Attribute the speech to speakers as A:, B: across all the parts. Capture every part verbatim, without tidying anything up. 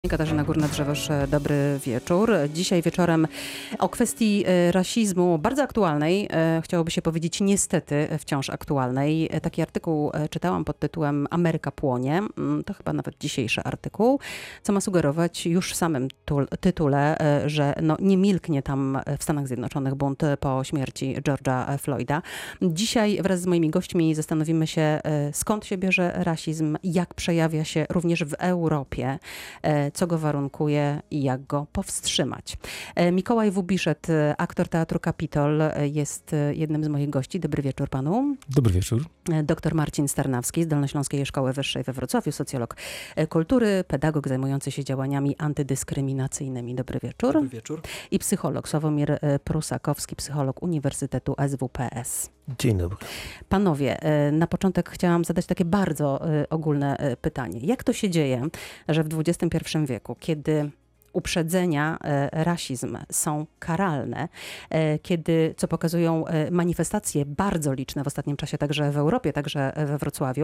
A: Katarzyna Górna-Drzewosz, dobry wieczór. Dzisiaj wieczorem o kwestii rasizmu bardzo aktualnej, chciałoby się powiedzieć niestety wciąż aktualnej. Taki artykuł czytałam pod tytułem Ameryka płonie. To chyba nawet dzisiejszy artykuł, co ma sugerować już w samym tytule, że no nie milknie tam w Stanach Zjednoczonych bunt po śmierci George'a Floyda. Dzisiaj wraz z moimi gośćmi zastanowimy się, skąd się bierze rasizm, jak przejawia się również w Europie, co go warunkuje i jak go powstrzymać. Mikołaj Wubiszet, aktor Teatru Kapitol, jest jednym z moich gości. Dobry wieczór panu.
B: Dobry wieczór.
A: Doktor Marcin Starnawski z Dolnośląskiej Szkoły Wyższej we Wrocławiu, socjolog kultury, pedagog zajmujący się działaniami antydyskryminacyjnymi. Dobry wieczór.
C: Dobry wieczór.
A: I psycholog Sławomir Prusakowski, psycholog Uniwersytetu S W P S.
C: Dzień dobry.
A: Panowie, na początek chciałam zadać takie bardzo ogólne pytanie. Jak to się dzieje, że w dwudziestym pierwszym wieku, kiedy uprzedzenia, rasizm są karalne, kiedy, co pokazują manifestacje bardzo liczne w ostatnim czasie, także w Europie, także we Wrocławiu,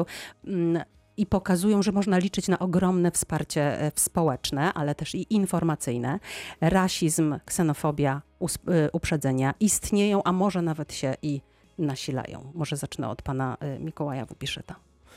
A: i pokazują, że można liczyć na ogromne wsparcie społeczne, ale też i informacyjne. Rasizm, ksenofobia, uprzedzenia istnieją, a może nawet się i nasilają. Może zacznę od pana Mikołaja Wubiszeta.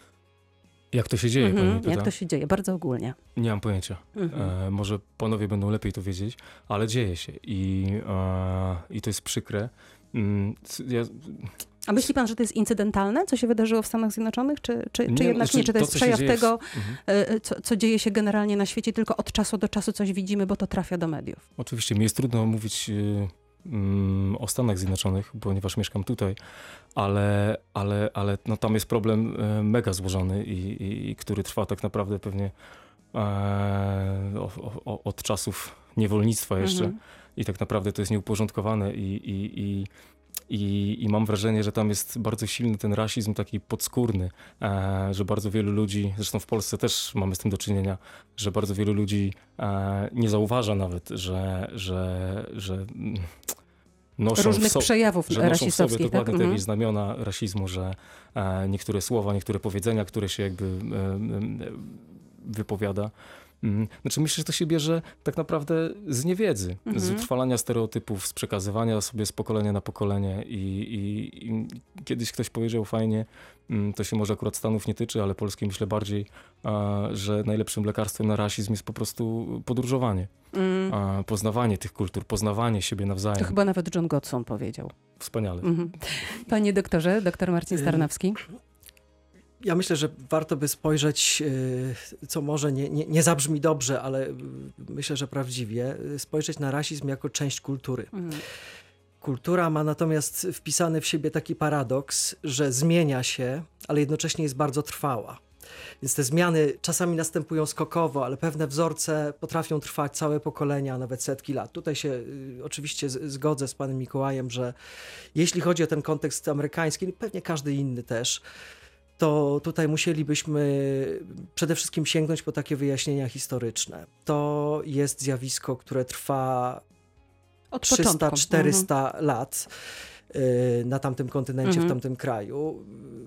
B: Jak to się dzieje,
A: Mhm,
B: pani pyta?
A: Jak to się dzieje? Bardzo ogólnie.
B: Nie mam pojęcia.
A: Mhm.
B: E, może panowie będą lepiej to wiedzieć, ale dzieje się i, e, i to jest przykre. Mm, ja,
A: A myśli pan, że to jest incydentalne, co się wydarzyło w Stanach Zjednoczonych, czy, czy, czy
B: Nie,
A: jednak
B: znaczy,
A: nie? Czy to
B: to,
A: jest
B: co się
A: przejaw
B: dzieje w-
A: tego,
B: mhm.
A: y, co, co dzieje się generalnie na świecie, tylko od czasu do czasu coś widzimy, bo to trafia do mediów?
B: Oczywiście mi jest trudno mówić y, mm, o Stanach Zjednoczonych, ponieważ mieszkam tutaj, ale, ale, ale no, tam jest problem y, mega złożony i, i, i który trwa tak naprawdę pewnie e, o, o, od czasów niewolnictwa jeszcze.
A: Mhm.
B: I tak naprawdę to jest nieuporządkowane i, i, i, i, i mam wrażenie, że tam jest bardzo silny ten rasizm taki podskórny, e, że bardzo wielu ludzi, zresztą w Polsce też mamy z tym do czynienia, że bardzo wielu ludzi e, nie zauważa nawet, że, że, że mm, noszą
A: Różnych
B: w so,
A: przejawów
B: że noszą w sobie
A: rasistowskich, tak?
B: dokładnie te
A: Mhm.
B: jakieś znamiona rasizmu, że e, niektóre słowa, niektóre powiedzenia, które się jakby e, e, wypowiada. Mm, Znaczy myślę, że to się bierze tak naprawdę z niewiedzy,
A: Mhm.
B: z utrwalania stereotypów, z przekazywania sobie z pokolenia na pokolenie i, i, i kiedyś ktoś powiedział fajnie, mm, to się może akurat Stanów nie tyczy, ale Polski myślę bardziej, a, że najlepszym lekarstwem na rasizm jest po prostu podróżowanie,
A: Mm.
B: a, poznawanie tych kultur, poznawanie siebie nawzajem.
A: To chyba nawet John Godson powiedział.
B: Wspaniale.
A: Mhm. Panie doktorze, doktor Marcin Starnawski.
C: Ja myślę, że warto by spojrzeć, y, co może nie, nie, nie zabrzmi dobrze, ale y, myślę, że prawdziwie, y, spojrzeć na rasizm jako część kultury.
A: Mhm.
C: Kultura ma natomiast wpisany w siebie taki paradoks, że zmienia się, ale jednocześnie jest bardzo trwała. Więc te zmiany czasami następują skokowo, ale pewne wzorce potrafią trwać całe pokolenia, a nawet setki lat. Tutaj się y, oczywiście z, zgodzę z panem Mikołajem, że jeśli chodzi o ten kontekst amerykański, no pewnie każdy inny też, to tutaj musielibyśmy przede wszystkim sięgnąć po takie wyjaśnienia historyczne. To jest zjawisko, które trwa
A: Od
C: trzysta
A: początku.
C: czterysta lat y, na tamtym kontynencie,
A: Mhm.
C: w tamtym kraju.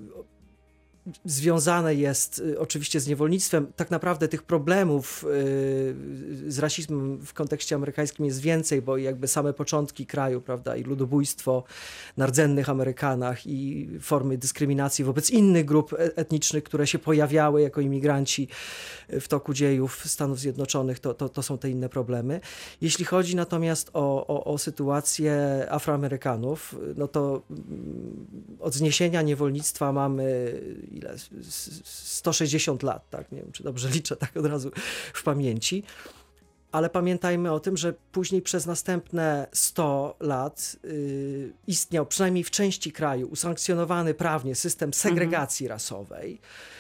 C: Związane jest y, oczywiście z niewolnictwem. Tak naprawdę tych problemów y, z rasizmem w kontekście amerykańskim jest więcej, bo jakby same początki kraju, prawda, i ludobójstwo na rdzennych Amerykanach i formy dyskryminacji wobec innych grup e- etnicznych, które się pojawiały jako imigranci w toku dziejów Stanów Zjednoczonych, to, to, to są te inne problemy. Jeśli chodzi natomiast o, o, o sytuację Afroamerykanów, no to mm, od zniesienia niewolnictwa mamy ile? S- s- sto sześćdziesiąt lat, tak? Nie wiem, czy dobrze liczę tak od razu w pamięci. Ale pamiętajmy o tym, że później przez następne sto lat y, istniał przynajmniej w części kraju usankcjonowany prawnie system segregacji rasowej.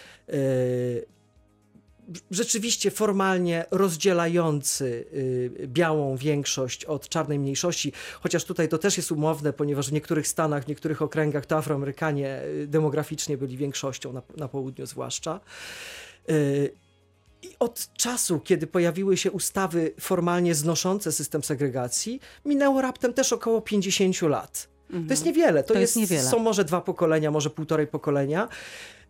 C: Y, rzeczywiście formalnie rozdzielający y, białą większość od czarnej mniejszości, chociaż tutaj to też jest umowne, ponieważ w niektórych stanach, w niektórych okręgach to Afroamerykanie y, demograficznie byli większością, na, na południu zwłaszcza. Y, I od czasu, kiedy pojawiły się ustawy formalnie znoszące system segregacji, minęło raptem też około pięćdziesiąt lat.
A: Mhm.
C: To jest niewiele. To,
A: To jest
C: jest,
A: niewiele.
C: Są może dwa pokolenia, może półtorej pokolenia.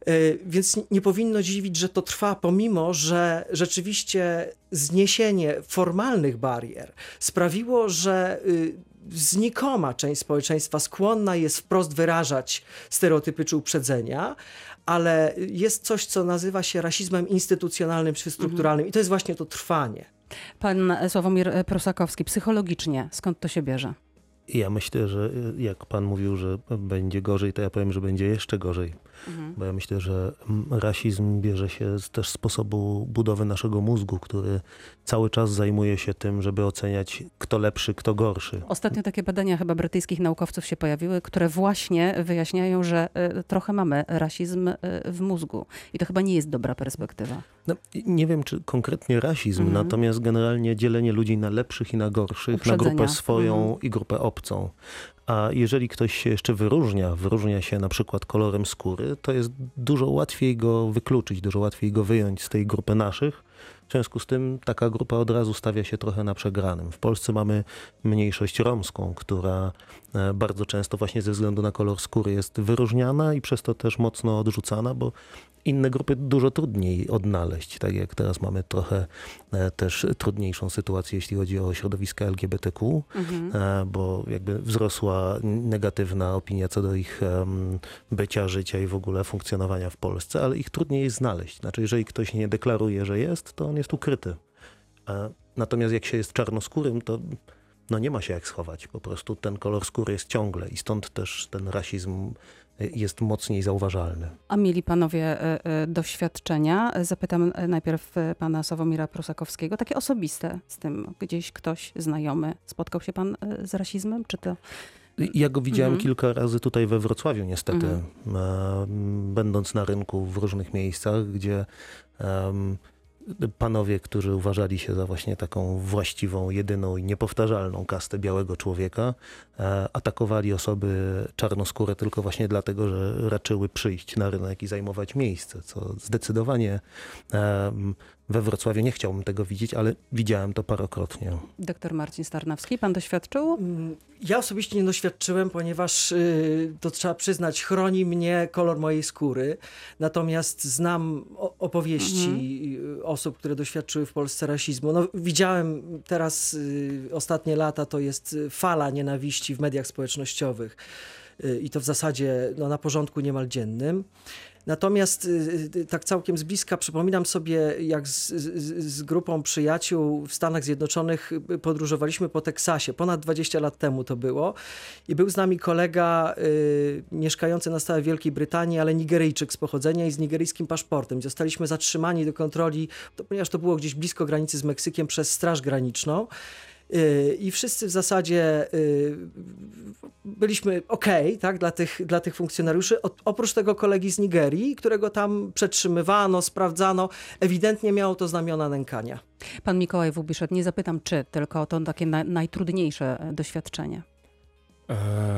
C: Y, Więc nie powinno dziwić, że to trwa, pomimo że rzeczywiście zniesienie formalnych barier sprawiło, że y, znikoma część społeczeństwa skłonna jest wprost wyrażać stereotypy czy uprzedzenia, ale jest coś, co nazywa się rasizmem instytucjonalnym czy strukturalnym i to jest właśnie to trwanie.
A: Pan Sławomir Prusakowski, psychologicznie, skąd to się bierze?
D: Ja myślę, że jak pan mówił, że będzie gorzej, to ja powiem, że będzie jeszcze gorzej. Mhm. Bo ja myślę, że rasizm bierze się z też sposobu budowy naszego mózgu, który cały czas zajmuje się tym, żeby oceniać, kto lepszy, kto gorszy.
A: Ostatnio takie badania chyba brytyjskich naukowców się pojawiły, które właśnie wyjaśniają, że y, trochę mamy rasizm y, w mózgu. I to chyba nie jest dobra perspektywa.
D: No, nie wiem, czy konkretnie rasizm, mhm. natomiast generalnie dzielenie ludzi na lepszych i na gorszych,
A: Uprzedzenia.
D: na grupę swoją
A: Mhm.
D: i grupę obcą. A jeżeli ktoś się jeszcze wyróżnia, wyróżnia się na przykład kolorem skóry, to jest dużo łatwiej go wykluczyć, dużo łatwiej go wyjąć z tej grupy naszych. W związku z tym taka grupa od razu stawia się trochę na przegranym. W Polsce mamy mniejszość romską, która bardzo często właśnie ze względu na kolor skóry jest wyróżniana i przez to też mocno odrzucana, bo inne grupy dużo trudniej odnaleźć, tak jak teraz mamy trochę też trudniejszą sytuację, jeśli chodzi o środowiska L G B T Q, mhm. bo jakby wzrosła negatywna opinia co do ich bycia, życia i w ogóle funkcjonowania w Polsce, ale ich trudniej jest znaleźć. Znaczy, jeżeli ktoś nie deklaruje, że jest, to on jest ukryty. Natomiast jak się jest czarnoskórym, to no nie ma się jak schować. Po prostu ten kolor skóry jest ciągle i stąd też ten rasizm jest mocniej zauważalny.
A: A mieli panowie y, y, doświadczenia? Zapytam najpierw pana Sławomira Prusakowskiego, takie osobiste z tym. Gdzieś ktoś znajomy. Spotkał się pan y, z rasizmem? Czy to...
D: Ja go widziałem
A: Mhm.
D: kilka razy tutaj we Wrocławiu niestety,
A: Mhm.
D: będąc na rynku w różnych miejscach, gdzie um, panowie, którzy uważali się za właśnie taką właściwą, jedyną i niepowtarzalną kastę białego człowieka, e, atakowali osoby czarnoskóre tylko właśnie dlatego, że raczyły przyjść na rynek i zajmować miejsce, co zdecydowanie e, we Wrocławiu nie chciałbym tego widzieć, ale widziałem to parokrotnie.
A: Doktor Marcin Starnawski, pan doświadczył?
C: Ja osobiście nie doświadczyłem, ponieważ y, to trzeba przyznać, chroni mnie kolor mojej skóry. Natomiast znam o, opowieści mhm. osób, które doświadczyły w Polsce rasizmu. No, widziałem teraz y, ostatnie lata, to jest fala nienawiści w mediach społecznościowych y, i to w zasadzie no, na porządku niemal dziennym. Natomiast tak całkiem z bliska przypominam sobie, jak z, z, z grupą przyjaciół w Stanach Zjednoczonych podróżowaliśmy po Teksasie. Ponad dwadzieścia lat temu to było. I był z nami kolega y, mieszkający na stałe w Wielkiej Brytanii, ale Nigeryjczyk z pochodzenia i z nigeryjskim paszportem. Zostaliśmy zatrzymani do kontroli, to, ponieważ to było gdzieś blisko granicy z Meksykiem, przez Straż Graniczną. I wszyscy w zasadzie byliśmy okej, tak, dla tych, dla tych funkcjonariuszy. Oprócz tego kolegi z Nigerii, którego tam przetrzymywano, sprawdzano, ewidentnie miało to znamiona nękania.
A: Pan Mikołaj Wubiszek, nie zapytam czy, tylko to takie na, najtrudniejsze doświadczenie.
B: Eee,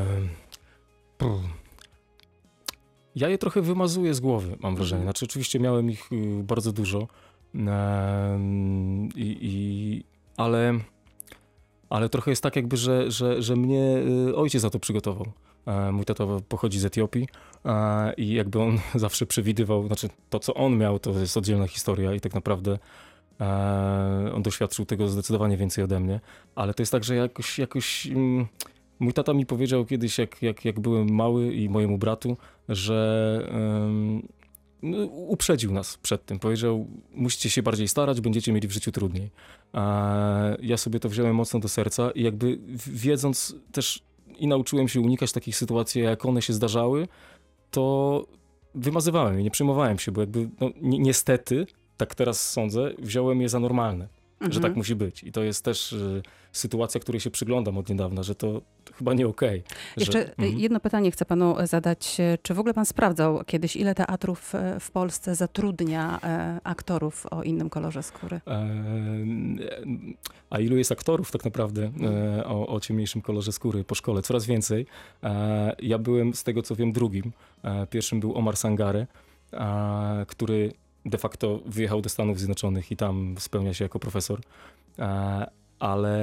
B: ja je trochę wymazuję z głowy, mam wrażenie. Znaczy oczywiście miałem ich bardzo dużo, eee, i, i, ale... Ale trochę jest tak jakby, że, że, że mnie ojciec za to przygotował. Mój tata pochodzi z Etiopii i jakby on zawsze przewidywał, znaczy to co on miał, to jest oddzielna historia i tak naprawdę on doświadczył tego zdecydowanie więcej ode mnie. Ale to jest tak, że jakoś, jakoś mój tata mi powiedział kiedyś, jak, jak, jak byłem mały i mojemu bratu, że um, uprzedził nas przed tym. Powiedział, musicie się bardziej starać, będziecie mieli w życiu trudniej. Ja sobie to wziąłem mocno do serca i jakby wiedząc też i nauczyłem się unikać takich sytuacji, jak one się zdarzały, to wymazywałem je, nie przejmowałem się, bo jakby no, ni- niestety, tak teraz sądzę, wziąłem je za normalne, mhm. że tak musi być. I to jest też y, sytuacja, której się przyglądam od niedawna, że to chyba nie okej. Okay,
A: Jeszcze
B: że, mm.
A: jedno pytanie chcę panu zadać. Czy w ogóle pan sprawdzał kiedyś, ile teatrów w Polsce zatrudnia e, aktorów o innym kolorze skóry?
B: E, a ilu jest aktorów tak naprawdę e, o, o ciemniejszym kolorze skóry po szkole? Coraz więcej. E, ja byłem z tego co wiem drugim. E, pierwszym był Omar Sangare, e, który de facto wyjechał do Stanów Zjednoczonych i tam spełnia się jako profesor. E, ale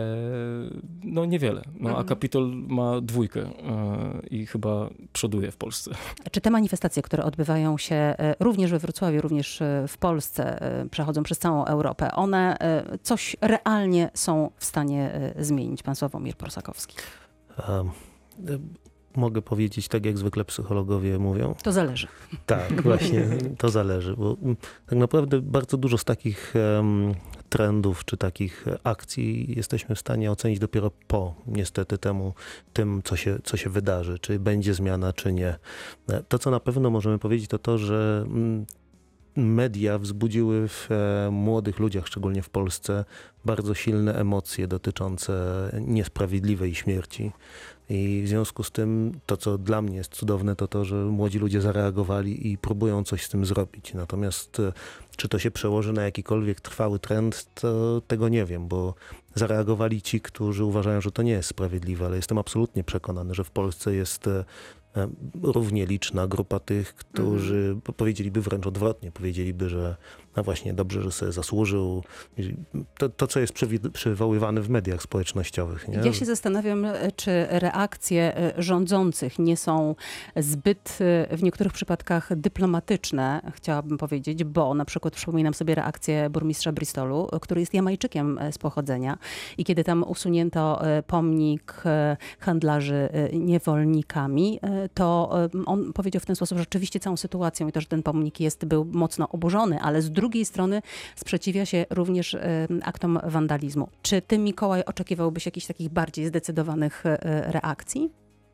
B: no niewiele. No,
A: Mhm.
B: a Kapitol ma dwójkę e, i chyba przoduje w Polsce.
A: Czy te manifestacje, które odbywają się e, również we Wrocławiu, również e, w Polsce, e, przechodzą przez całą Europę, one e, coś realnie są w stanie e, zmienić? Pan Sławomir Prusakowski.
D: Um, Mogę powiedzieć tak, jak zwykle psychologowie mówią.
A: To zależy.
D: Tak, właśnie to zależy, bo mm, tak naprawdę bardzo dużo z takich em, trendów czy takich akcji jesteśmy w stanie ocenić dopiero po niestety temu, tym, co się, co się wydarzy, czy będzie zmiana, czy nie. To, co na pewno możemy powiedzieć, to to, że mm, media wzbudziły w e, młodych ludziach, szczególnie w Polsce, bardzo silne emocje dotyczące niesprawiedliwej śmierci. I w związku z tym to, co dla mnie jest cudowne, to to, że młodzi ludzie zareagowali i próbują coś z tym zrobić. Natomiast e, czy to się przełoży na jakikolwiek trwały trend, to tego nie wiem, bo zareagowali ci, którzy uważają, że to nie jest sprawiedliwe, ale jestem absolutnie przekonany, że w Polsce jest e, równie liczna grupa tych, którzy mm. powiedzieliby wręcz odwrotnie, powiedzieliby, że no właśnie dobrze, że sobie zasłużył. To, to co jest przywoływane w mediach społecznościowych. Nie?
A: Ja się zastanawiam, czy reakcje rządzących nie są zbyt w niektórych przypadkach dyplomatyczne, chciałabym powiedzieć, bo na przykład przypominam sobie reakcję burmistrza Bristolu, który jest Jamajczykiem z pochodzenia i kiedy tam usunięto pomnik handlarzy niewolnikami, to on powiedział w ten sposób, że rzeczywiście całą sytuacją i to, że ten pomnik jest, był mocno oburzony, ale z drugiej strony sprzeciwia się również aktom wandalizmu. Czy ty, Mikołaj, oczekiwałbyś jakichś takich bardziej zdecydowanych reakcji?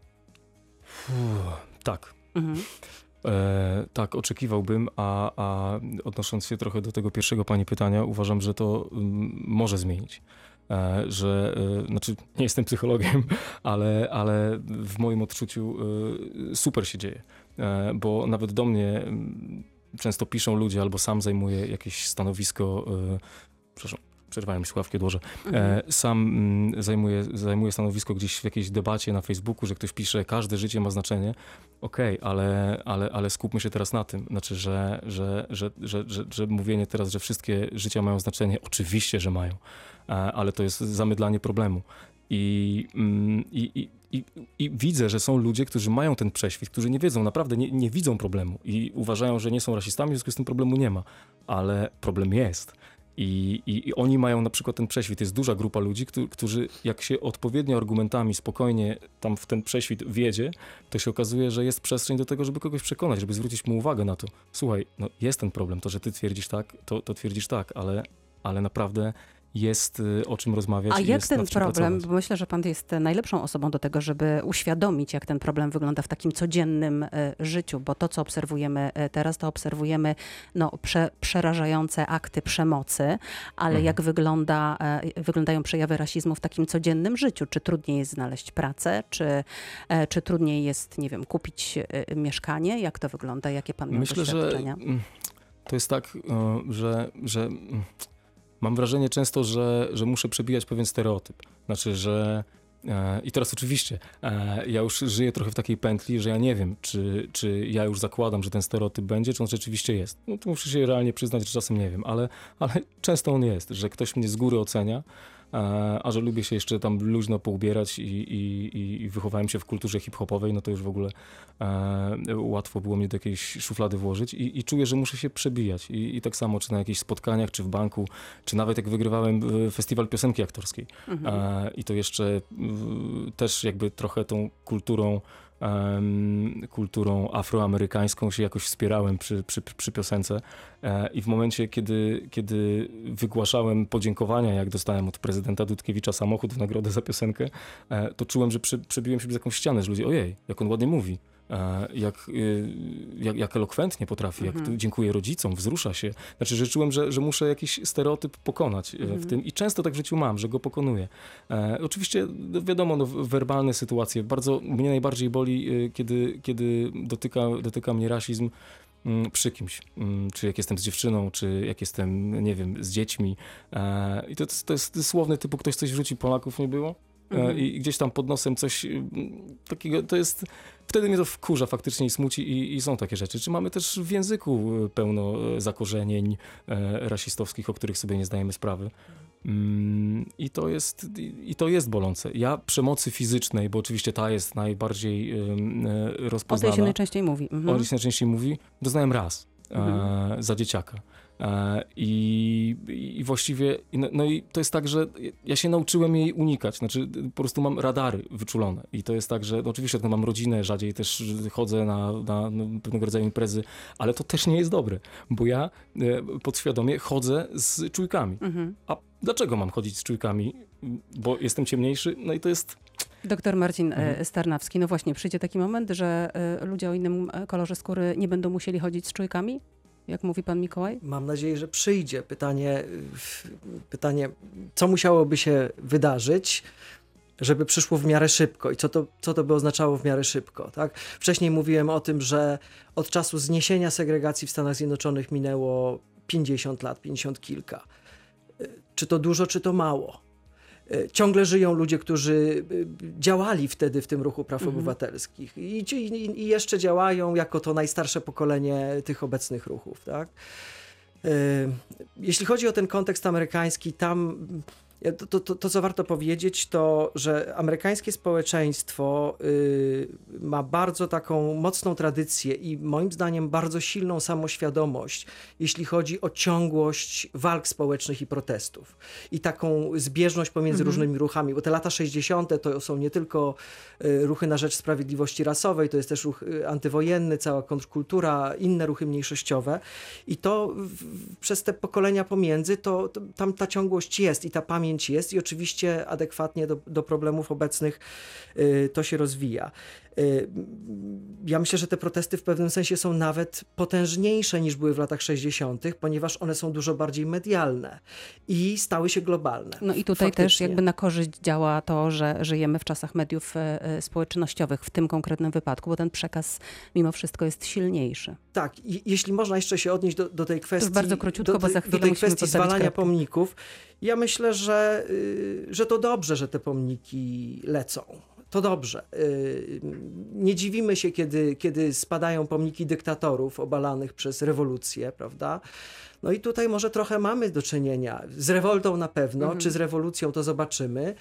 B: Uff, tak. Mhm. E, tak, oczekiwałbym, a, a odnosząc się trochę do tego pierwszego pani pytania, uważam, że to um, może zmienić. E, że, e, znaczy nie jestem psychologiem, ale, ale w moim odczuciu e, super się dzieje, e, bo nawet do mnie często piszą ludzie, albo sam zajmuję jakieś stanowisko, e, przepraszam, przerwałem mi słuchawki, odłożę. Mhm. E, sam m, zajmuję, zajmuję stanowisko gdzieś w jakiejś debacie na Facebooku, że ktoś pisze, każde życie ma znaczenie. Okej, okay, ale, ale, ale skupmy się teraz na tym. Znaczy, że, że, że, że, że, że mówienie teraz, że wszystkie życia mają znaczenie, oczywiście, że mają, e, ale to jest zamydlanie problemu. I, mm, i, i, i, I widzę, że są ludzie, którzy mają ten prześwit, którzy nie wiedzą, naprawdę nie, nie widzą problemu i uważają, że nie są rasistami, w związku z tym problemu nie ma. Ale problem jest. I, i, I oni mają na przykład ten prześwit. Jest duża grupa ludzi, którzy, którzy jak się odpowiednio argumentami spokojnie tam w ten prześwit wjedzie, to się okazuje, że jest przestrzeń do tego, żeby kogoś przekonać, żeby zwrócić mu uwagę na to. Słuchaj, no jest ten problem, to, że ty twierdzisz tak, to, to twierdzisz tak, ale, ale naprawdę jest o czym rozmawiać.
A: A
B: i
A: jak
B: jest
A: ten
B: nad czym
A: problem,
B: pracować.
A: bo myślę, że pan jest najlepszą osobą do tego, żeby uświadomić, jak ten problem wygląda w takim codziennym y, życiu, bo to, co obserwujemy y, teraz, to obserwujemy no, prze, przerażające akty przemocy, ale mhm. jak wygląda, y, wyglądają przejawy rasizmu w takim codziennym życiu? Czy trudniej jest znaleźć pracę, czy, y, czy trudniej jest, nie wiem, kupić y, mieszkanie? Jak to wygląda? Jakie pan miał
B: Myślę,
A: doświadczenia?
B: że to jest tak, y, że... że mam wrażenie często, że, że muszę przebijać pewien stereotyp. Znaczy, że e, i teraz oczywiście e, ja już żyję trochę w takiej pętli, że ja nie wiem, czy, czy ja już zakładam, że ten stereotyp będzie, czy on rzeczywiście jest. No to muszę się realnie przyznać, że czasem nie wiem, ale, ale często on jest, że ktoś mnie z góry ocenia, a, a że lubię się jeszcze tam luźno poubierać i, i, i wychowałem się w kulturze hip-hopowej, no to już w ogóle e, łatwo było mnie do jakiejś szuflady włożyć i, i czuję, że muszę się przebijać. I, I tak samo, czy na jakichś spotkaniach, czy w banku, czy nawet jak wygrywałem festiwal piosenki aktorskiej. Mhm. E, I to jeszcze e, też jakby trochę tą kulturą Um, kulturą afroamerykańską się jakoś wspierałem przy, przy, przy piosence e, i w momencie, kiedy, kiedy wygłaszałem podziękowania, jak dostałem od prezydenta Dudkiewicza samochód w nagrodę za piosenkę, e, to czułem, że prze, przebiłem się przez jakąś ścianę, że ludzie, ojej, jak on ładnie mówi. Jak, jak, jak elokwentnie potrafi, jak mhm. dziękuję rodzicom, wzrusza się. Znaczy, że czułem, że, że muszę jakiś stereotyp pokonać mhm. w tym i często tak w życiu mam, że go pokonuję. E, oczywiście wiadomo, no, werbalne sytuacje. Bardzo, mnie najbardziej boli, kiedy, kiedy dotyka, dotyka mnie rasizm przy kimś, czy jak jestem z dziewczyną, czy jak jestem, nie wiem, z dziećmi. E, I to, to jest słowny typu, ktoś coś wrzuci, Polaków nie było. Mhm. I gdzieś tam pod nosem coś takiego, to jest, wtedy mnie to wkurza faktycznie i smuci i, i są takie rzeczy. Czy mamy też w języku pełno zakorzenień e, rasistowskich, o których sobie nie zdajemy sprawy. Mm, I to jest, i, i to jest bolące. Ja przemocy fizycznej, bo oczywiście ta jest najbardziej ym,
A: O
B: rozpoznana.
A: tej się najczęściej mówi.
B: O
A: Mhm.
B: tej się najczęściej mówi. Doznałem raz
A: Mhm.
B: e, za dzieciaka. E, i, I właściwie, no, no i to jest tak, że ja się nauczyłem jej unikać, znaczy po prostu mam radary wyczulone i to jest tak, że no, oczywiście no, mam rodzinę, rzadziej też chodzę na, na no, pewnego rodzaju imprezy, ale to też nie jest dobre, bo ja e, podświadomie chodzę z czujkami.
A: Mhm.
B: A dlaczego mam chodzić z czujkami? Bo jestem ciemniejszy? No i to jest...
A: Doktor Marcin
B: Mhm.
A: e, Starnawski, no właśnie, przyjdzie taki moment, że e, ludzie o innym e, kolorze skóry nie będą musieli chodzić z czujkami? Jak mówi pan Mikołaj?
C: Mam nadzieję, że przyjdzie. Pytanie, pytanie, co musiałoby się wydarzyć, żeby przyszło w miarę szybko i co to, co to by oznaczało w miarę szybko. Tak? Wcześniej mówiłem o tym, że od czasu zniesienia segregacji w Stanach Zjednoczonych minęło pięćdziesiąt lat, pięćdziesiąt kilka. Czy to dużo, czy to mało? Ciągle żyją ludzie, którzy działali wtedy w tym ruchu praw
A: Mhm.
C: obywatelskich I, i, i jeszcze działają jako to najstarsze pokolenie tych obecnych ruchów. Tak? Jeśli chodzi o ten kontekst amerykański, tam to, to, to, to co warto powiedzieć, to że amerykańskie społeczeństwo y, ma bardzo taką mocną tradycję i moim zdaniem bardzo silną samoświadomość, jeśli chodzi o ciągłość walk społecznych i protestów. I taką zbieżność pomiędzy
A: Mhm.
C: różnymi ruchami, bo te lata sześćdziesiąte to są nie tylko y, ruchy na rzecz sprawiedliwości rasowej, to jest też ruch y, antywojenny, cała kontrkultura, inne ruchy mniejszościowe. I to w, przez te pokolenia pomiędzy, to, to tam ta ciągłość jest i ta pamięć jest i oczywiście adekwatnie do, do problemów obecnych y, to się rozwija. Y, ja myślę, że te protesty w pewnym sensie są nawet potężniejsze niż były w latach sześćdziesiątych, ponieważ one są dużo bardziej medialne i stały się globalne.
A: No i tutaj też
C: Faktycznie.
A: jakby na korzyść działa to, że żyjemy w czasach mediów e, e, społecznościowych w tym konkretnym wypadku, bo ten przekaz mimo wszystko jest silniejszy.
C: Tak, i, jeśli można jeszcze się odnieść do, do tej kwestii,
A: bardzo króciutko,
C: do,
A: bo za
C: do
A: chwilę
C: tej
A: musimy
C: kwestii
A: postawić
C: zwalania
A: kropkę.
C: pomników, ja myślę, że, y, że to dobrze, że te pomniki lecą. To dobrze. Y, nie dziwimy się, kiedy, kiedy spadają pomniki dyktatorów obalanych przez rewolucję, prawda? No i tutaj może trochę mamy do czynienia z rewoltą na pewno,
A: Mhm.
C: czy z rewolucją to zobaczymy,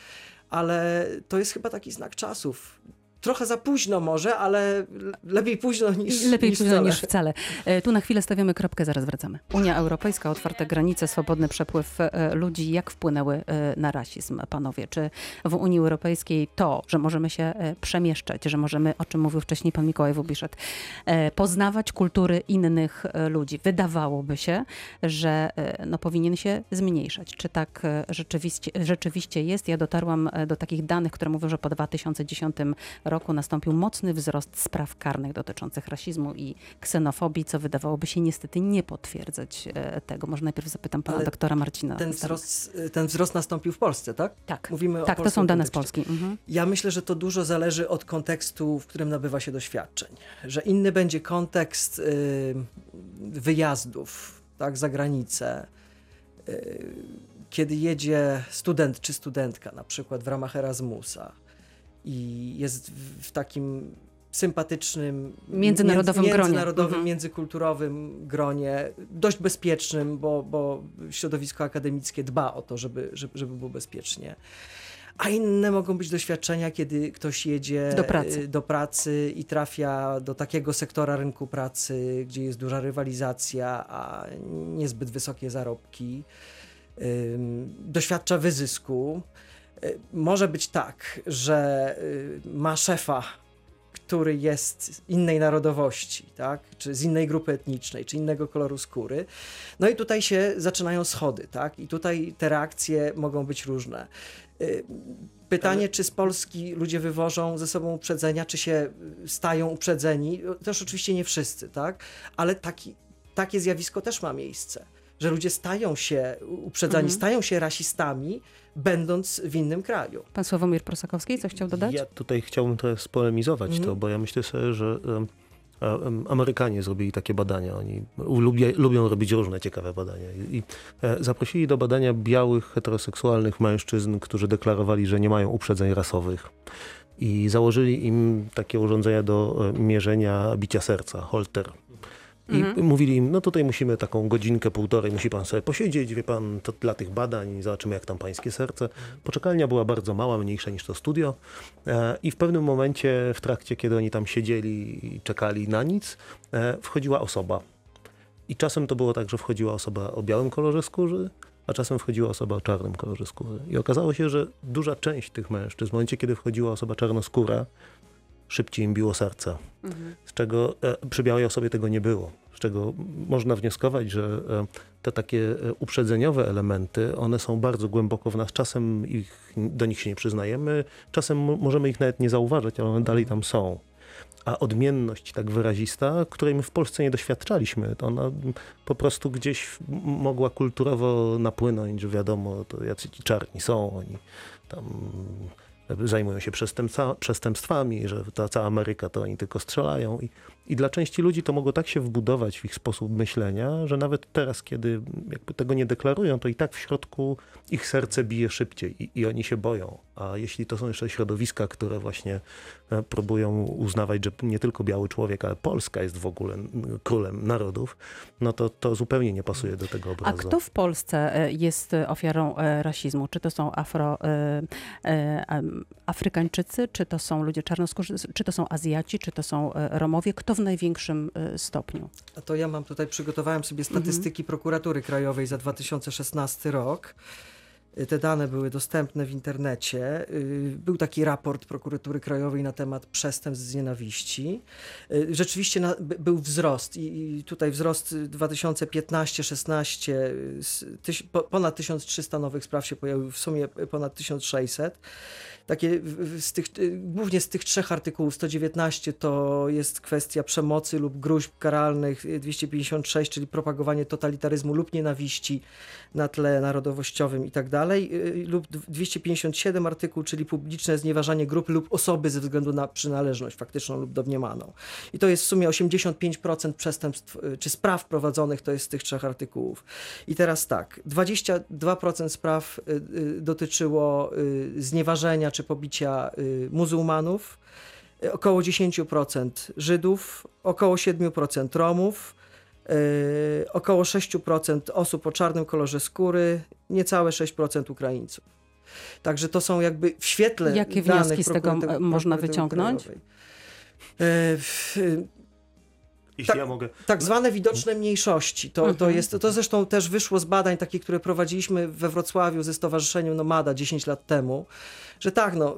C: ale to jest chyba taki znak czasów. Trochę za późno może, ale lepiej późno niż,
A: Lepiej
C: niż
A: późno
C: wcale.
A: niż wcale. E, Tu na chwilę stawiamy kropkę, zaraz wracamy. Unia Europejska, otwarte granice, swobodny przepływ e, ludzi. Jak wpłynęły e, na rasizm, panowie? Czy w Unii Europejskiej to, że możemy się e, przemieszczać, że możemy, o czym mówił wcześniej pan Mikołaj Wubiszek, e, poznawać kultury innych e, ludzi, wydawałoby się, że e, no, powinien się zmniejszać. Czy tak e, rzeczywiście, rzeczywiście jest? Ja dotarłam e, do takich danych, które mówią, że po dwa tysiące dziesiątym roku nastąpił mocny wzrost spraw karnych dotyczących rasizmu i kseноfobii, co wydawałoby się niestety nie potwierdzać e, tego. Może najpierw zapytam pana
C: Ale
A: doktora Marcina.
C: Ten
A: Starego.
C: wzrost, ten wzrost nastąpił w Polsce, tak?
A: Tak,
C: Mówimy o
A: tak to
C: polskim
A: są dane z
C: kontekście.
A: Polski. Mhm.
C: Ja myślę, że to dużo zależy od kontekstu, w którym nabywa się doświadczeń. Że inny będzie kontekst y, wyjazdów, tak, za granicę. Y, kiedy jedzie student czy studentka, na przykład w ramach Erasmusa i jest w, w takim sympatycznym,
A: Międzynarodowym
C: między,
A: gronie.
C: międzynarodowym,
A: Mhm.
C: międzykulturowym gronie, dość bezpiecznym, bo, bo środowisko akademickie dba o to, żeby, żeby, żeby było bezpiecznie. A inne mogą być doświadczenia, kiedy ktoś jedzie
A: Do pracy.
C: y, do pracy i trafia do takiego sektora rynku pracy, gdzie jest duża rywalizacja, a niezbyt wysokie zarobki. Ym, doświadcza wyzysku. Y, Może być tak, że y, ma szefa, który jest innej narodowości, tak? Czy z innej grupy etnicznej, czy innego koloru skóry. No i tutaj się zaczynają schody, tak? I tutaj te reakcje mogą być różne. Y, Pytanie, czy z Polski ludzie wywożą ze sobą uprzedzenia, czy się stają uprzedzeni? Też oczywiście nie wszyscy, tak? Ale taki, takie zjawisko też ma miejsce, że ludzie stają się uprzedzani,
A: Mhm.
C: stają się rasistami, będąc w innym kraju.
A: Pan Sławomir Prosakowski, co chciał dodać?
D: Ja tutaj chciałbym trochę spolemizować
C: Mhm.
D: to, bo ja myślę sobie, że em, em, Amerykanie zrobili takie badania. Oni lubię, lubią robić różne ciekawe badania. I, i e, zaprosili do badania białych, heteroseksualnych mężczyzn, którzy deklarowali, że nie mają uprzedzeń rasowych. I założyli im takie urządzenia do e, mierzenia bicia serca, holter. I mhm. mówili im, no tutaj musimy taką godzinkę, półtorej, musi pan sobie posiedzieć, wie pan, to dla tych badań, zobaczymy jak tam pańskie serce. Poczekalnia była bardzo mała, mniejsza niż to studio e, i w pewnym momencie, w trakcie, kiedy oni tam siedzieli i czekali na nic, e, wchodziła osoba. I czasem to było tak, że wchodziła osoba o białym kolorze skóry, a czasem wchodziła osoba o czarnym kolorze skóry. I okazało się, że duża część tych mężczyzn, w momencie, kiedy wchodziła osoba czarnoskóra, szybciej im biło serce. Mhm. Z czego e, przy białej osobie tego nie było. Z czego można wnioskować, że e, te takie uprzedzeniowe elementy, one są bardzo głęboko w nas. Czasem ich, do nich się nie przyznajemy, czasem możemy ich nawet nie zauważyć, ale one dalej tam są. A odmienność tak wyrazista, której my w Polsce nie doświadczaliśmy, to ona po prostu gdzieś mogła kulturowo napłynąć, że wiadomo, to jacy ci czarni są, oni tam zajmują się przestępca, przestępstwami, że ta cała Ameryka to oni tylko strzelają. I, I dla części ludzi to mogło tak się wbudować w ich sposób myślenia, że nawet teraz, kiedy jakby tego nie deklarują, to i tak w środku ich serce bije szybciej i, i oni się boją. A jeśli to są jeszcze środowiska, które właśnie próbują uznawać, że nie tylko biały człowiek, ale Polska jest w ogóle królem narodów, no to to zupełnie nie pasuje do tego obrazu.
A: A kto w Polsce jest ofiarą rasizmu? Czy to są afro, Afrykańczycy, czy to są ludzie czarnoskórzy, czy to są Azjaci, czy to są Romowie? Kto w największym stopniu?
C: A to ja mam tutaj, przygotowałem sobie statystyki mhm. Prokuratury Krajowej za dwa tysiące szesnasty rok. Te dane były dostępne w internecie. Był taki raport Prokuratury Krajowej na temat przestępstw z nienawiści. Rzeczywiście na, był wzrost i tutaj wzrost dwa tysiące piętnasty szesnasty, tyś, ponad tysiąc trzysta nowych spraw się pojawiło, w sumie ponad tysiąc sześćset. Takie z tych, głównie z tych trzech artykułów, sto dziewiętnaście to jest kwestia przemocy lub gróźb karalnych, dwieście pięćdziesiąt sześć, czyli propagowanie totalitaryzmu lub nienawiści na tle narodowościowym i tak dalej, lub dwieście pięćdziesiąt siedem artykuł, czyli publiczne znieważanie grupy lub osoby ze względu na przynależność faktyczną lub domniemaną. I to jest w sumie osiemdziesiąt pięć procent przestępstw czy spraw prowadzonych to jest z tych trzech artykułów. I teraz tak, dwadzieścia dwa procent spraw dotyczyło znieważenia czy pobicia muzułmanów, około dziesięć procent Żydów, około siedem procent Romów, Yy, około sześć procent osób o czarnym kolorze skóry, niecałe sześć procent Ukraińców. Także to są jakby w świetle
A: Jakie
C: danych
A: wnioski z tego można wyciągnąć? Yy,
C: yy,
D: Jeśli
C: tak,
D: ja mogę.
C: tak zwane widoczne mniejszości. To, uh-huh. to, jest, to zresztą też wyszło z badań takich, które prowadziliśmy we Wrocławiu ze Stowarzyszeniem Nomada dziesięć lat temu, że tak, no,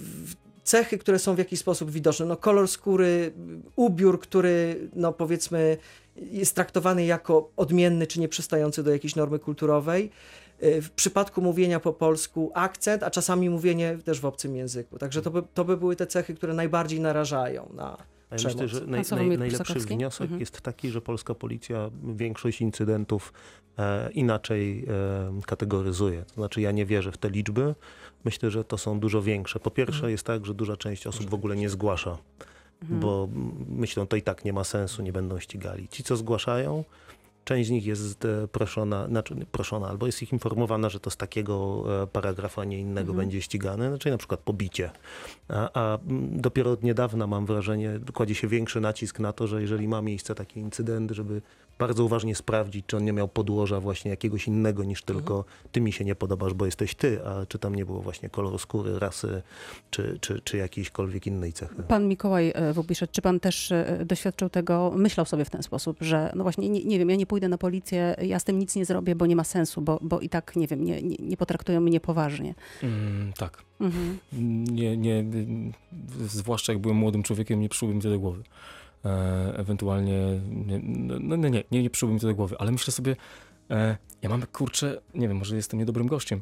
C: cechy, które są w jakiś sposób widoczne, no kolor skóry, ubiór, który no powiedzmy jest traktowany jako odmienny czy nieprzystający do jakiejś normy kulturowej. W przypadku mówienia po polsku akcent, a czasami mówienie też w obcym języku. Także to by, to by były te cechy, które najbardziej narażają na
D: ja myślę, że naj, naj, najlepszy wniosek mhm. jest taki, że polska policja większość incydentów e, inaczej e, kategoryzuje. To znaczy ja nie wierzę w te liczby. Myślę, że to są dużo większe. Po pierwsze mhm. jest tak, że duża część osób w ogóle nie zgłasza, mhm. bo myślą, to i tak nie ma sensu, nie będą ścigali. Ci, co zgłaszają, część z nich jest proszona, znaczy proszona, albo jest ich informowana, że to z takiego paragrafu, a nie innego mhm. będzie ścigany, znaczy na przykład pobicie. A, a dopiero od niedawna mam wrażenie, kładzie się większy nacisk na to, że jeżeli ma miejsce taki incydent, żeby bardzo uważnie sprawdzić, czy on nie miał podłoża właśnie jakiegoś innego niż tylko ty mi się nie podobasz, bo jesteś ty, a czy tam nie było właśnie koloru skóry, rasy, czy, czy, czy jakiejśkolwiek innej cechy.
A: Pan Mikołaj Wubiszek, czy pan też doświadczył tego, myślał sobie w ten sposób, że no właśnie, nie, nie wiem, ja nie pójdę na policję, ja z tym nic nie zrobię, bo nie ma sensu, bo, bo i tak, nie wiem, nie, nie, nie potraktują mnie poważnie. Mm,
B: tak. Mhm. Nie, nie, zwłaszcza jak byłem młodym człowiekiem, nie przyszło mi to do głowy. E, ewentualnie, nie, no, no nie, nie, nie przyszło mi to do głowy, ale myślę sobie, e, ja mam, kurczę, nie wiem, może jestem niedobrym gościem,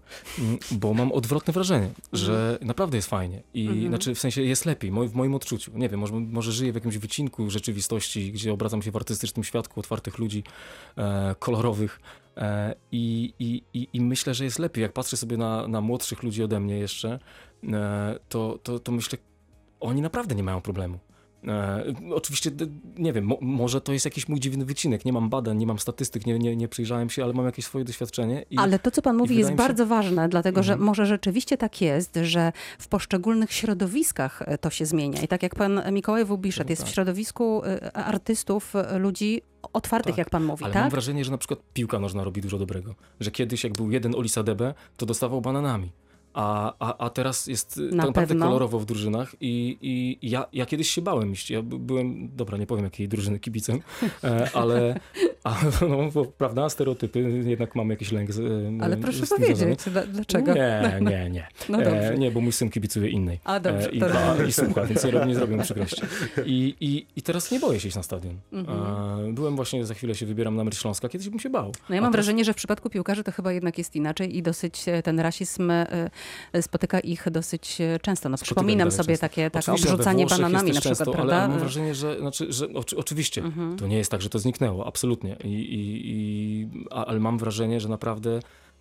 B: bo mam odwrotne wrażenie, że naprawdę jest fajnie i mhm. znaczy w sensie jest lepiej, moi, w moim odczuciu. Nie wiem, może, może żyję w jakimś wycinku rzeczywistości, gdzie obracam się w artystycznym świadku otwartych ludzi, e, kolorowych e, i, i, i, i myślę, że jest lepiej. Jak patrzę sobie na, na młodszych ludzi ode mnie jeszcze, e, to, to, to myślę, oni naprawdę nie mają problemu. E, oczywiście, d- nie wiem, mo- może to jest jakiś mój dziwny wycinek, nie mam badań, nie mam statystyk, nie, nie, nie przyjrzałem się, ale mam jakieś swoje doświadczenie. I,
A: Ale to, co pan mówi, jest
B: wydaje mi się-
A: bardzo ważne, dlatego że
B: Mhm.
A: może rzeczywiście tak jest, że w poszczególnych środowiskach e, to się zmienia. I tak jak pan Mikołaj Wubiszet
B: No
A: jest w
B: tak.
A: środowisku e, artystów, e, ludzi otwartych,
B: Tak,
A: jak pan mówi,
B: Ale
A: tak?
B: mam wrażenie, że na przykład piłka nożna robi dużo dobrego. Że kiedyś jak był jeden Olisadebe, to dostawał bananami. A, a, a teraz jest y,
A: Na
B: tak naprawdę
A: pewno.
B: kolorowo w drużynach i, i ja, ja kiedyś się bałem iść. Ja by- byłem, dobra, nie powiem jakiej drużyny kibicem, e, ale a, no, bo, prawda, stereotypy, jednak mamy jakiś lęk z, e,
A: Ale
B: z
A: proszę
B: tym związany.
A: powiedzieć, dla- dlaczego?
B: Nie, nie, nie.
A: No dobrze.
B: E, nie, bo mój syn kibicuje innej.
A: A dobrze,
B: E, i,
A: to
B: a,
A: rozumiem.
B: I słucha, więc nie, rob- nie zrobię mu przykrości. I, i, I teraz nie boję się iść na stadion.
A: Mhm.
B: E, byłem właśnie, za chwilę się wybieram na mecz Śląska, kiedyś bym się bał.
A: No ja
B: A
A: mam
B: teraz-
A: wrażenie, że w przypadku piłkarzy to chyba jednak jest inaczej i dosyć e, ten rasizm e, e, spotyka ich dosyć e, często. No, przypominam
B: dalej
A: sobie
B: często.
A: takie, takie
B: Oczywiście, we
A: obrzucanie
B: Włoszech
A: bananami
B: jest
A: na
B: też
A: przykład,
B: często,
A: prawda?
B: Ale mam wrażenie, że, znaczy, że oczy, oczywiście
A: Mhm.
B: to nie jest tak, że to zniknęło, absolutnie. I, i, i, a, ale mam wrażenie, że naprawdę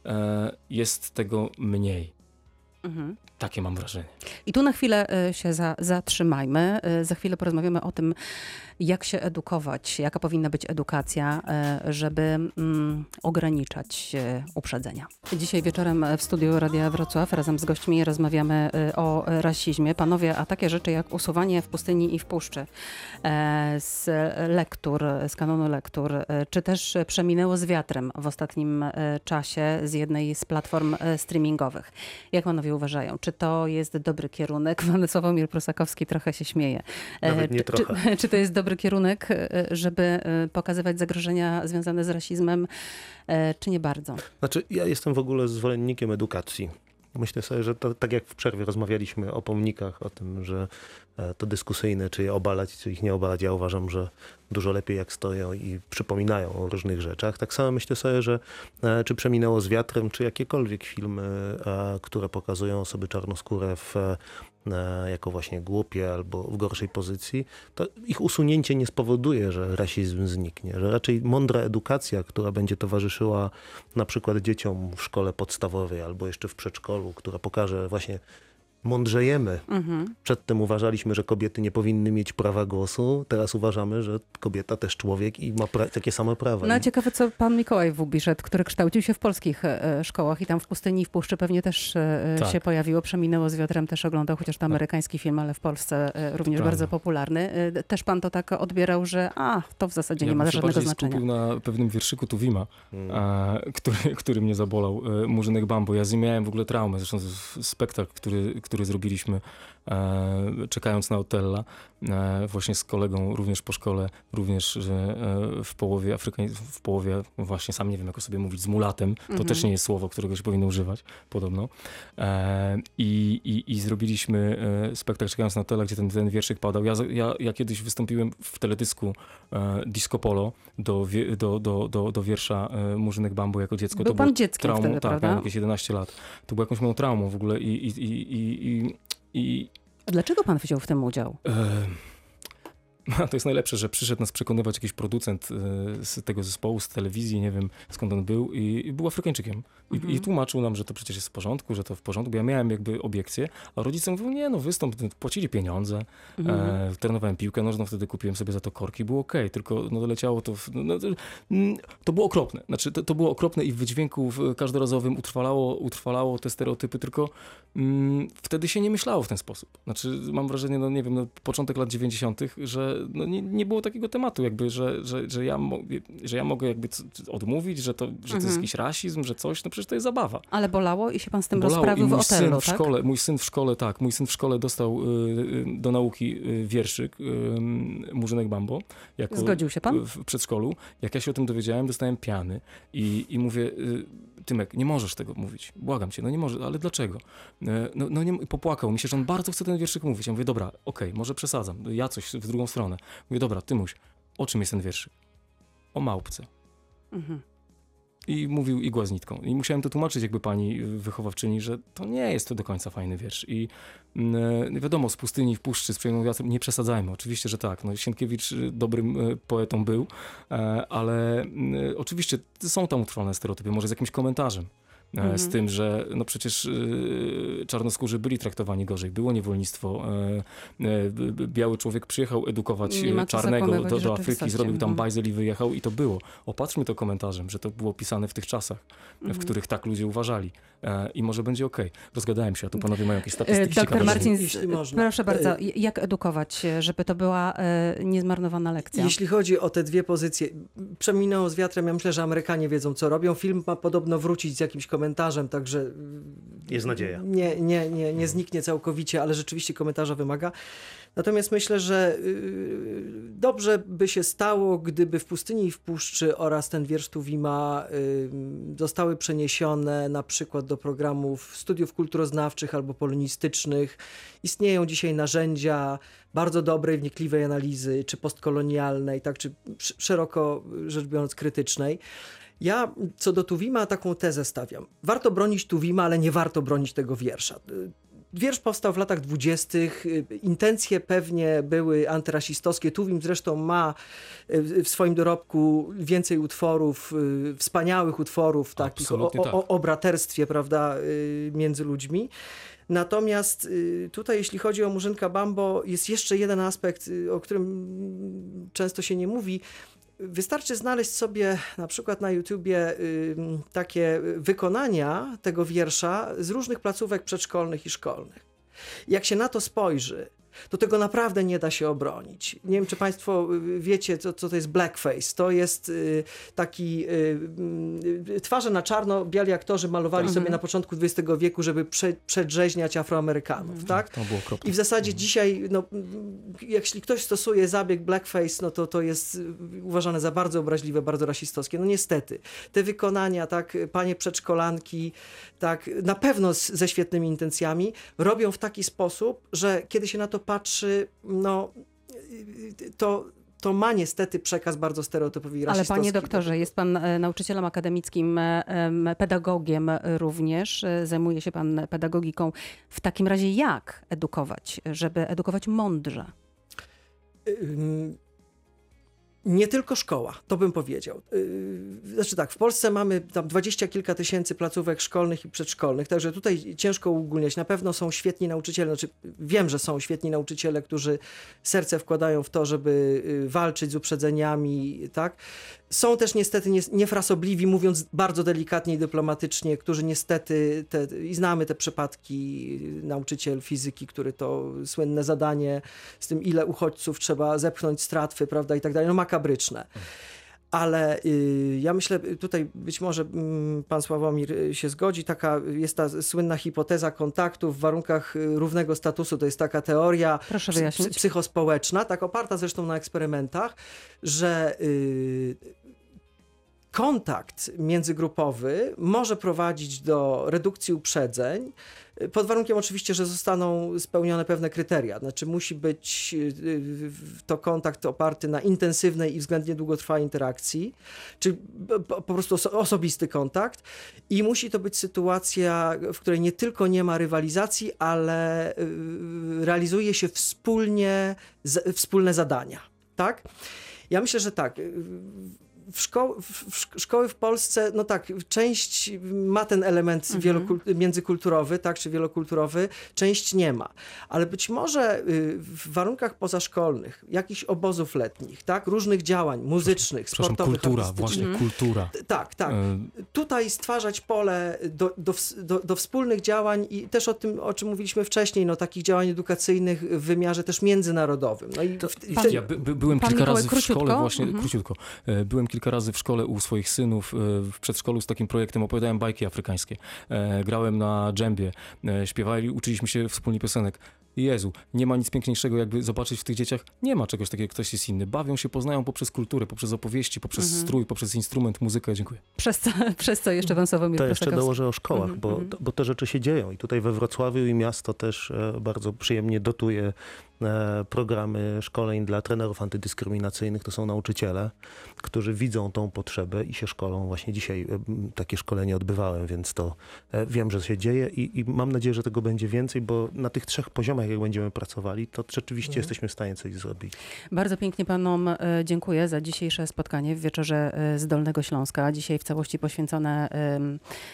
B: e, jest tego mniej.
A: Mhm.
B: Takie mam wrażenie.
A: I tu na chwilę e, się za, zatrzymajmy. E, Za chwilę porozmawiamy o tym, jak się edukować, jaka powinna być edukacja, e, żeby mm, ograniczać e, uprzedzenia. Dzisiaj wieczorem w studiu Radia Wrocław razem z gośćmi rozmawiamy e, o rasizmie. Panowie, a takie rzeczy jak usuwanie w pustyni i w puszczy e, z lektur, z kanonu lektur, e, czy też przeminęło z wiatrem w ostatnim e, czasie z jednej z platform e, streamingowych. Jak panowie uważają? Czy to jest dobry kierunek? Pan Sławomir Prusakowski trochę się śmieje. E,
D: Nawet nie
A: czy,
D: trochę.
A: Czy, czy to jest dobry kierunek, e, żeby e, pokazywać zagrożenia związane z rasizmem, e, czy nie bardzo?
D: Znaczy, ja jestem w ogóle zwolennikiem edukacji. Myślę sobie, że to, tak jak w przerwie rozmawialiśmy o pomnikach, o tym, że e, to dyskusyjne, czy je obalać, czy ich nie obalać. Ja uważam, że dużo lepiej jak stoją i przypominają o różnych rzeczach. Tak samo myślę sobie, że e, czy Przeminęło z wiatrem, czy jakiekolwiek filmy, e, które pokazują osoby czarnoskóre w, e, jako właśnie głupie albo w gorszej pozycji, to ich usunięcie nie spowoduje, że rasizm zniknie. Że raczej mądra edukacja, która będzie towarzyszyła na przykład dzieciom w szkole podstawowej albo jeszcze w przedszkolu, która pokaże właśnie mądrzejemy.
A: Mhm.
D: Przedtem uważaliśmy, że kobiety nie powinny mieć prawa głosu. Teraz uważamy, że kobieta też człowiek i ma pra- takie same prawa.
A: No
D: I
A: ciekawe, co pan Mikołaj Wubiszet, który kształcił się w polskich e, szkołach i tam w pustyni i w puszczy pewnie też e,
B: Tak.
A: się pojawiło. Przeminęło z wiatrem, też oglądał, chociaż to amerykański film, ale w Polsce e, również
B: prawda.
A: bardzo popularny. E, Też pan to tak odbierał, że a, to w zasadzie
B: Ja
A: nie ma
B: bym się
A: żadnego
B: bardziej
A: znaczenia.
B: skupił na pewnym wierszyku Tuwima,
D: Mm.
B: e, który, który mnie zabolał, e, Murzynek Bambo. Ja z nim miałem w ogóle traumę, zresztą z- spektakl, który, który zrobiliśmy e, czekając na Otella, e, właśnie z kolegą również po szkole, również że, e, w połowie Afrykań, w połowie właśnie sam nie wiem jak o sobie mówić, z mulatem, to
A: Mhm.
B: też nie jest słowo, którego się powinno używać, podobno. E, i, i, I zrobiliśmy e, spektakl czekając na Otella, gdzie ten, ten wierszyk padał. Ja, ja, ja kiedyś wystąpiłem w teledysku e, Disco Polo do, wie, do, do, do, do wiersza e, Murzynek Bambo jako dziecko.
A: Był
B: to
A: pan
B: było
A: dzieckiem
B: traumą,
A: wtedy,
B: tak,
A: prawda?
B: miałem jakieś jedenaście lat. To było jakąś moją traumą w ogóle i, i, i, i, i, i
A: A dlaczego pan wziął w tym udział?
B: e, to jest najlepsze, że przyszedł nas przekonywać jakiś producent e, z tego zespołu, z telewizji, nie wiem skąd on był i, i był Afrykańczykiem. I,
A: Mhm.
B: I tłumaczył nam, że to przecież jest w porządku, że to w porządku, bo ja miałem jakby obiekcję, a rodzice mówią, nie no wystąp, płacili pieniądze,
A: Mhm.
B: e, trenowałem piłkę nożną, wtedy kupiłem sobie za to korki, było okej, tylko no leciało to, w, no, to, mm, to było okropne, znaczy to, to było okropne i w wydźwięku w każdorazowym utrwalało, utrwalało te stereotypy, tylko mm, wtedy się nie myślało w ten sposób. Znaczy mam wrażenie, no nie wiem, no, początek lat dziewięćdziesiątych, że no, nie, nie było takiego tematu jakby, że, że, że, ja, mo- że ja mogę jakby c- c- odmówić, że to, że to
A: Mhm.
B: jest jakiś rasizm, że coś, no przecież to jest zabawa.
A: Ale bolało i się pan z tym
B: Bolało.
A: rozprawił
B: I
A: w
B: mój
A: Otello,
B: syn w
A: tak?
B: szkole, mój syn w szkole, tak, mój syn w szkole dostał y, y, do nauki y, wierszyk y, Murzynek Bambo. Jako
A: Zgodził się pan?
B: W przedszkolu. Jak ja się o tym dowiedziałem, dostałem piany i, i mówię, y, Tymek, nie możesz tego mówić, błagam cię, no nie możesz, ale dlaczego? Y, no, no nie, popłakał mi się, że on bardzo chce ten wierszyk mówić. Ja mówię, dobra, okej, może przesadzam, ja coś w drugą stronę. Mówię, dobra, Tymuś, o czym jest ten wierszyk? O małpce.
A: Mhm.
B: I mówił igła z nitką. I musiałem to tłumaczyć jakby pani wychowawczyni, że to nie jest to do końca fajny wiersz. I mm, wiadomo, z pustyni w puszczy, z przyjemną wiatrem, nie przesadzajmy. Oczywiście, że tak. No, Sienkiewicz y, dobrym y, poetą był, e, ale y, oczywiście są tam utrwalone stereotypy, może z jakimś komentarzem. mhm. z tym, że no przecież czarnoskórzy byli traktowani gorzej, było niewolnictwo. Biały człowiek przyjechał edukować czarnego do, do Afryki, zrobił tam bajzel i wyjechał i to było. Opatrzmy to komentarzem, że to było pisane w tych czasach, mhm. w których tak ludzie uważali. I może będzie okej. Okay. Rozgadałem się, a tu panowie mają jakieś statystyki.
A: Doktor Marcin,
C: jeśli można.
A: Proszę bardzo, jak edukować, żeby to była niezmarnowana lekcja?
C: Jeśli chodzi o te dwie pozycje, przeminęło z wiatrem, ja myślę, że Amerykanie wiedzą, co robią. Film ma podobno wrócić z jakimś komentarzem, także
D: jest nadzieja.
C: Nie, nie, nie, nie zniknie całkowicie, ale rzeczywiście komentarza wymaga. Natomiast myślę, że dobrze by się stało, gdyby w Pustyni i w Puszczy oraz ten wiersz Tuwima zostały przeniesione na przykład do programów studiów kulturoznawczych albo polonistycznych. Istnieją dzisiaj narzędzia bardzo dobrej, wnikliwej analizy, czy postkolonialnej, tak, czy szeroko rzecz biorąc krytycznej. Ja co do Tuwima taką tezę stawiam. Warto bronić Tuwima, ale nie warto bronić tego wiersza. Wiersz powstał w latach dwudziestych. Intencje pewnie były antyrasistowskie. Tuwim zresztą ma w swoim dorobku więcej utworów, wspaniałych utworów takich o,
B: tak.
C: o, o braterstwie, prawda, między ludźmi. Natomiast tutaj, jeśli chodzi o Murzynka Bambo, jest jeszcze jeden aspekt, o którym często się nie mówi. Wystarczy znaleźć sobie na przykład na YouTubie y, takie wykonania tego wiersza z różnych placówek przedszkolnych i szkolnych. Jak się na to spojrzy, to tego naprawdę nie da się obronić. Nie wiem, czy państwo wiecie, co, co to jest blackface. To jest y, taki... Y, y, twarze na czarno biali aktorzy malowali mhm. sobie na początku dwudziestego wieku, żeby prze, przedrzeźniać Afroamerykanów. Mhm. Tak?
B: To było okropne.
C: I w zasadzie mhm. dzisiaj, no, jeśli ktoś stosuje zabieg blackface, no to to jest uważane za bardzo obraźliwe, bardzo rasistowskie. No niestety. Te wykonania, tak, panie przedszkolanki, tak, na pewno z, ze świetnymi intencjami, robią w taki sposób, że kiedy się na to patrzy, no to, to ma niestety przekaz bardzo stereotypowy i rasistowski.
A: Ale panie doktorze, jest pan nauczycielem akademickim, pedagogiem również, zajmuje się pan pedagogiką. W takim razie jak edukować, żeby edukować mądrze?
C: Nie tylko szkoła, to bym powiedział. Znaczy tak, w Polsce mamy tam dwadzieścia kilka tysięcy placówek szkolnych i przedszkolnych, także tutaj ciężko uogólniać. Na pewno są świetni nauczyciele, znaczy wiem, że są świetni nauczyciele, którzy serce wkładają w to, żeby walczyć z uprzedzeniami, tak. Są też niestety niefrasobliwi, mówiąc bardzo delikatnie i dyplomatycznie, którzy niestety, te, i znamy te przypadki, nauczyciel fizyki, który to słynne zadanie z tym, ile uchodźców trzeba zepchnąć z tratwy, prawda, i tak dalej, no makabryczne. Ale y, ja myślę, tutaj być może y, pan Sławomir się zgodzi, taka jest ta słynna hipoteza kontaktu w warunkach równego statusu, to jest taka teoria psy, psychospołeczna, tak oparta zresztą na eksperymentach, że y, kontakt międzygrupowy może prowadzić do redukcji uprzedzeń, pod warunkiem oczywiście, że zostaną spełnione pewne kryteria. Znaczy musi być to kontakt oparty na intensywnej i względnie długotrwałej interakcji, czy po prostu osobisty kontakt i musi to być sytuacja, w której nie tylko nie ma rywalizacji, ale realizuje się wspólnie, wspólne zadania. Tak? Ja myślę, że tak. W, szko w szkoły w Polsce, no tak, część ma ten element mhm. międzykulturowy, tak, czy wielokulturowy, część nie ma. Ale być może w warunkach pozaszkolnych, jakichś obozów letnich, tak, różnych działań muzycznych,
B: Przepraszam,
C: sportowych,
B: kultura, właśnie mhm. kultura.
C: Tak, tak. Y Tutaj stwarzać pole do, do, do, do wspólnych działań i też o tym, o czym mówiliśmy wcześniej, no takich działań edukacyjnych w wymiarze też międzynarodowym. No i
B: to,
C: w,
B: pan, ja by, by, byłem kilka
A: Mikołaj,
B: razy w
A: króciutko?
B: szkole, właśnie,
A: Mhm.
B: króciutko, byłem kilka razy w szkole u swoich synów w przedszkolu z takim projektem, opowiadałem bajki afrykańskie. Grałem na dżembie, śpiewali, uczyliśmy się wspólnie piosenek. Jezu, nie ma nic piękniejszego, jakby zobaczyć w tych dzieciach, nie ma czegoś takiego, ktoś jest inny. Bawią się, poznają poprzez kulturę, poprzez opowieści, poprzez mhm. strój, poprzez instrument, muzykę. Dziękuję.
A: Przez co, przez co jeszcze pan Sławomir
D: To jeszcze
A: Proszakowski.
D: dołożę o szkołach,
A: Mhm,
D: bo,
A: mhm.
D: bo te rzeczy się dzieją i tutaj we Wrocławiu i miasto też e, bardzo przyjemnie dotuje e, programy szkoleń dla trenerów antydyskryminacyjnych. To są nauczyciele, którzy widzą tą potrzebę i się szkolą. Właśnie dzisiaj e, takie szkolenie odbywałem, więc to e, wiem, że się dzieje i, i mam nadzieję, że tego będzie więcej, bo na tych trzech poziomach, jak będziemy pracowali, to rzeczywiście mhm. jesteśmy w stanie coś zrobić.
A: Bardzo pięknie panom dziękuję za dzisiejsze spotkanie w wieczorze z Dolnego Śląska. Dzisiaj w całości poświęcone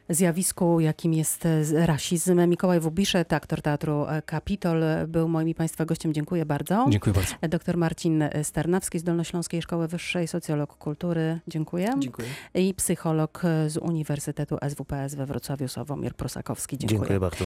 A: zjawisku, jakim jest e, rasizm. Mikołaj Wubiszet, aktor Teatru Kapitol, był moim i Państwa gościem. Dziękuję bardzo.
B: Dziękuję bardzo.
A: Doktor Marcin Starnawski z Dolnośląskiej Szkoły Wyższej, socjolog kultury. Dziękuję.
C: Dziękuję.
A: I psycholog z Uniwersytetu S W P S we Wrocławiu, Sławomir Prusakowski. Dziękuję.
D: Dziękuję bardzo.